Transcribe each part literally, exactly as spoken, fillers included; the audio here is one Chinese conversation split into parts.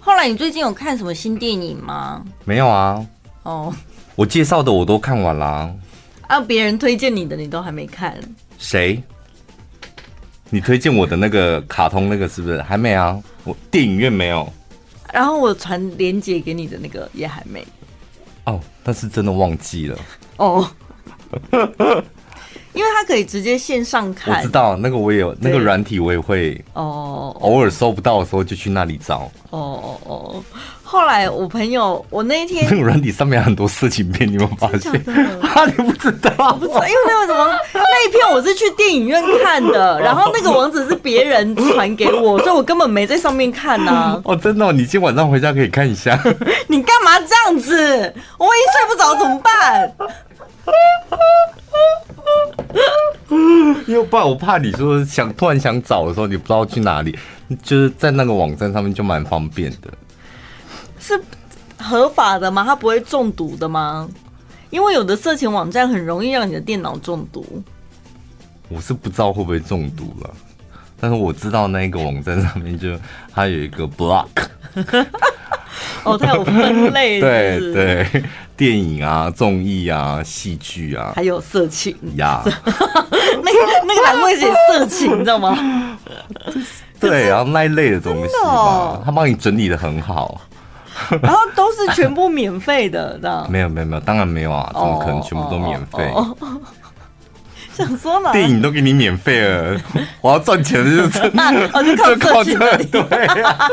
后来你最近有看什么新电影吗？ 没有啊。 哦， 我介绍的我都看完啦。 啊，别人推荐你的你都还没看？ 谁？你推荐我的那个卡通那个是不是还没啊？我电影院没有。 然后我传连结给你的那个也还没。 哦，但是真的忘记了。 哦。因为它可以直接线上看。 我知道那个我也有，那个软体我也会。哦。偶尔搜不到的时候就去那里找。哦哦哦。后来我朋友，我那一天那个软体上面很多色情片，你有没有发现？啊，你不知道？ 我不知道，因为那个什么那一片我是去电影院看的，然后那个网址是别人传给我，所以我根本没在上面看啊。 哦，真的、哦？你今天晚上回家可以看一下。 你干嘛这样子？我万一睡不着怎么办？ 因为不然我怕你说想突然想找的时候，你不知道去哪里，就是在那个网站上面就蛮方便的。 是合法的吗？它不会中毒的吗？因为有的色情网站很容易让你的电脑中毒。 我是不知道会不会中毒了，但是我知道那个网站上面就它有一个 block。 哦，它有分类是不是？ 对对，电影啊、综艺啊、戏剧啊， 还有色情呀。 那个那个栏位写色情，你知道吗？ 对，然后那一类的东西吧，哦、他帮你整理的很好。 然后都是全部免费的，这样？ 没有没有没有，当然没有啊，怎么可能全部都免费？ 哦哦哦、想说嘛， 电影都给你免费了，我要赚钱的就是， 我就靠这个， 对、啊。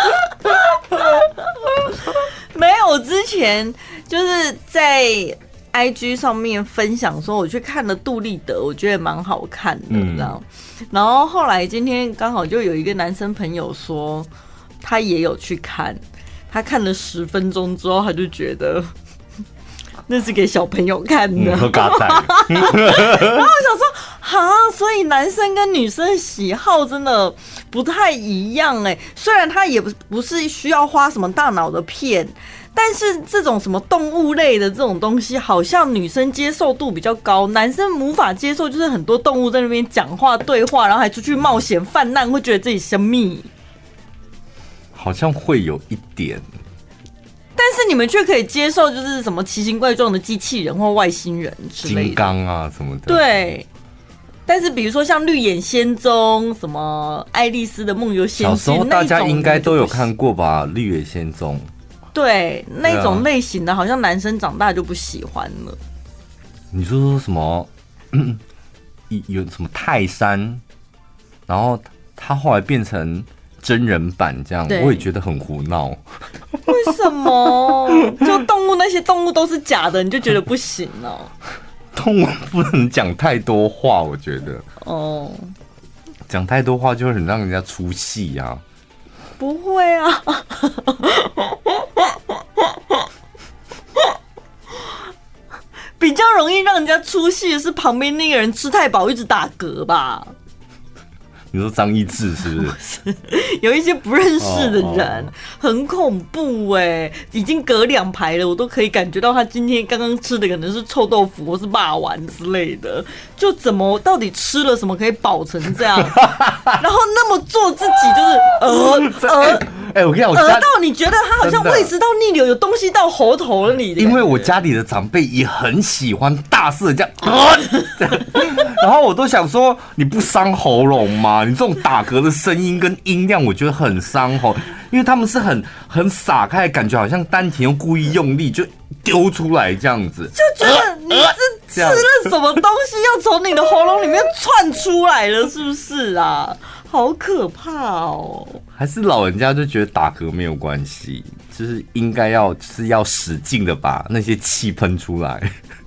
没有，我之前就是在 I G 上面分享说我去看了杜立德，我觉得蛮好看的，这样、嗯。然后后来今天刚好就有一个男生朋友说他也有去看。他看了十分钟之后，他就觉得那是给小朋友看的， 嗯、然后我想说，哈，所以男生跟女生的喜好真的不太一样哎。虽然他也不是需要花什么大脑的片，但是这种什么动物类的这种东西，好像女生接受度比较高，男生无法接受，就是很多动物在那边讲话对话，然后还出去冒险犯难，会觉得自己生命。 好像会有一点， 但是你们却可以接受，就是什么奇形怪状的机器人或外星人之类的， 金刚啊什么的。 对，但是比如说像绿野仙踪、什么爱丽丝的梦游仙境， 小时候大家应该都有看过吧？绿野仙踪。 对，那种类型的，好像男生长大就不喜欢了。 你说说什么？嗯、有什么泰山，然后他后来变成。真人版这样，我也觉得很胡闹。 为什么？就动物那些动物都是假的，你就觉得不行哦？ 动物不能讲太多话，我觉得。哦，讲太多话就会很让人家出戏啊。 不会啊。比较容易让人家出戏的是旁边那个人吃太饱一直打嗝吧。 你说张一智是不是？ 不是，有一些不认识的人，哦哦、很恐怖哎、欸！已经隔两排了，我都可以感觉到他今天刚刚吃的可能是臭豆腐或是霸丸之类的。就怎么到底吃了什么可以饱成这样？然后那么做自己就是呃呃， 哎、欸，我跟你讲，我呃到你觉得他好像胃食道逆流，有东西到喉头了你的。 因为我家里的长辈也很喜欢大肆的这样，呃、然后我都想说，你不伤喉咙吗？你这种打嗝的声音跟音量，我觉得很伤喉，因为他们是很很撒开，感觉好像丹田又故意用力就丢出来这样子， 就觉得你是吃了什么东西要从你的喉咙里面窜出来了，是不是啊？好可怕哦！ 还是老人家就觉得打嗝没有关系，就是应该要就是要使劲的把那些气喷出来。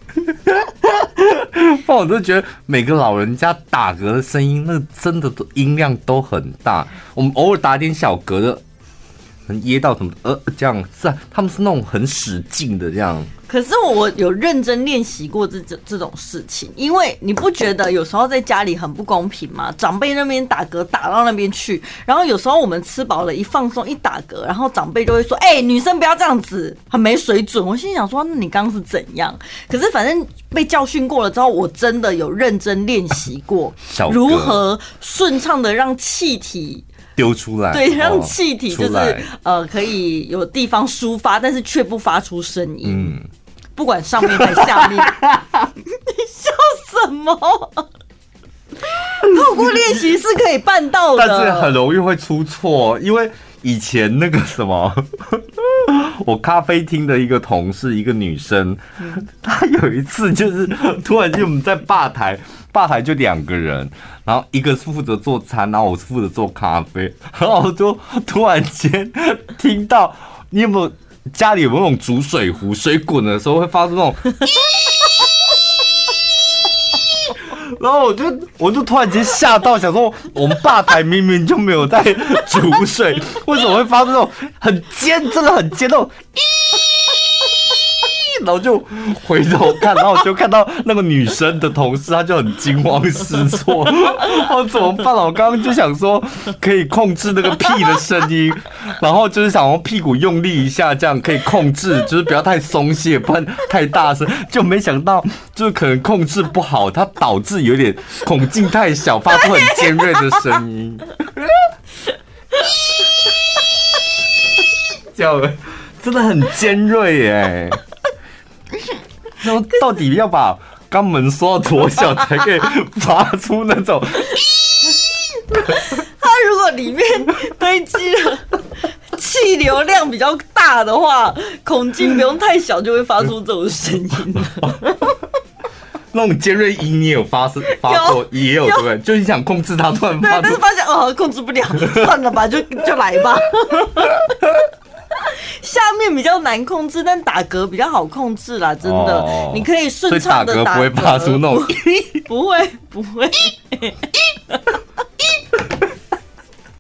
不然我都觉得每个老人家打嗝的声音，那真的都音量都很大。我们偶尔打点小嗝的，能噎到什么呃这样是、啊，他们是那种很使劲的这样。 可是我有认真练习过这这这种事情，因为你不觉得有时候在家里很不公平吗？长辈那边打嗝打到那边去，然后有时候我们吃饱了，一放松一打嗝，然后长辈就会说：“哎、欸，女生不要这样子，很没水准。”我心想说：“那你刚刚是怎样？”可是反正被教训过了之后，我真的有认真练习过如何顺畅的让气体丢出来， 对，让气体就是、 哦、 呃可以有地方抒发，但是却不发出声音。 嗯， 不管上面还是下面。你笑什么？透过练习是可以办到的， 但是很容易会出错，因为以前那个什么，我咖啡厅的一个同事，一个女生，她有一次就是突然间我们在吧台，吧台就两个人，然后一个是负责做餐，然后我是负责做咖啡，然后我就突然间听到，你有没有家里有没有那种煮水壶，水滚的时候会发出那种。然后我就我就突然间吓到，想说我们吧台明明就没有在煮水，为什么会发出那种很尖，真的很尖那种？然后就回头看，然后我就看到那个女生的同事，她就很惊慌失措，我怎么办？我刚刚就想说可以控制那个屁的声音，然后就是想用屁股用力一下，这样可以控制，就是不要太松懈，不然太大声。就没想到，就是可能控制不好，它导致有点孔径太小，发出很尖锐的声音。这样真的很尖锐耶。然后到底要把肛门缩到多小才可以发出那种？ 它如果里面堆积了气流量比较大的话，孔径不用太小就会发出这种声音了。 那种尖锐音你也有发发过，也有对不对？就你想控制它，突然发出， 对，但是发现哦控制不了，算了吧，就就来吧。下面比较难控制，但打嗝比较好控制啦，真的，哦、你可以顺畅的打嗝， 所以打嗝不会发出那种， 不会不会。